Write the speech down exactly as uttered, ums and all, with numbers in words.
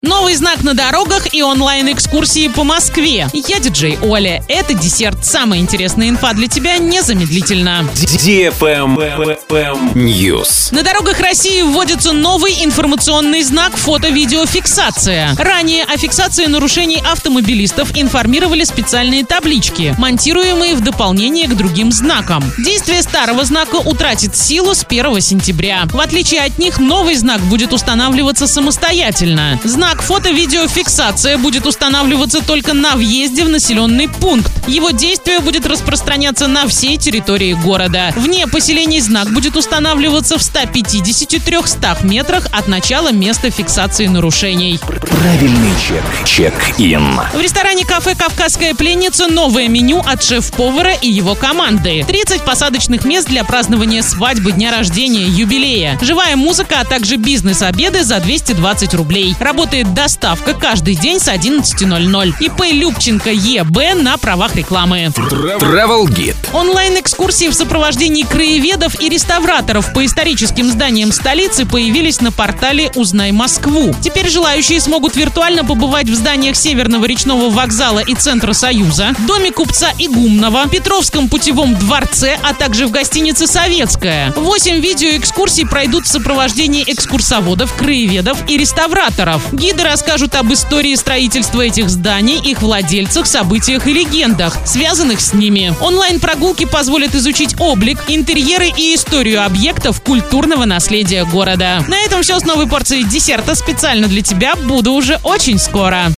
Новый знак на дорогах и онлайн-экскурсии по Москве. Я диджей Оля. Это десерт. Самая интересная инфа для тебя незамедлительно. News. На дорогах России вводится новый информационный знак фото-видеофиксация. Ранее о фиксации нарушений автомобилистов информировали специальные таблички, монтируемые в дополнение к другим знакам. Действие старого знака утратит силу с первого сентября. В отличие от них, новый знак будет устанавливаться самостоятельно. Знак фото-видеофиксация будет устанавливаться только на въезде в населенный пункт. Его действие будет распространяться на всей территории города. Вне поселений знак будет устанавливаться в ста пятидесяти — трехстах метрах от начала места фиксации нарушений. Правильный чек. Чек-ин. В ресторане кафе «Кавказская пленница» новое меню от шеф-повара и его команды. тридцать посадочных мест для празднования свадьбы, дня рождения, юбилея. Живая музыка, а также бизнес-обеды за двести двадцать рублей. Работает доставка каждый день с одиннадцати ноль-ноль. ИП Любченко ЕБ на правах рекламы. Travel Guide. Онлайн-экскурсии в сопровождении краеведов и реставраторов по историческим зданиям столицы появились на портале «Узнай Москву». Теперь желающие смогут виртуально побывать в зданиях Северного речного вокзала и Центра Союза, Доме купца Игумнова, Петровском путевом дворце, а также в гостинице «Советская». Восемь видеоэкскурсий пройдут в сопровождении экскурсоводов, краеведов и реставраторов. Гиды расскажут об истории строительства этих зданий, их владельцах, событиях и легендах, связанных с ними. Онлайн-прогулки позволят изучить облик, интерьеры и историю объектов культурного наследия города. На этом все с новой порцией десерта специально для тебя. Буду уже очень скоро.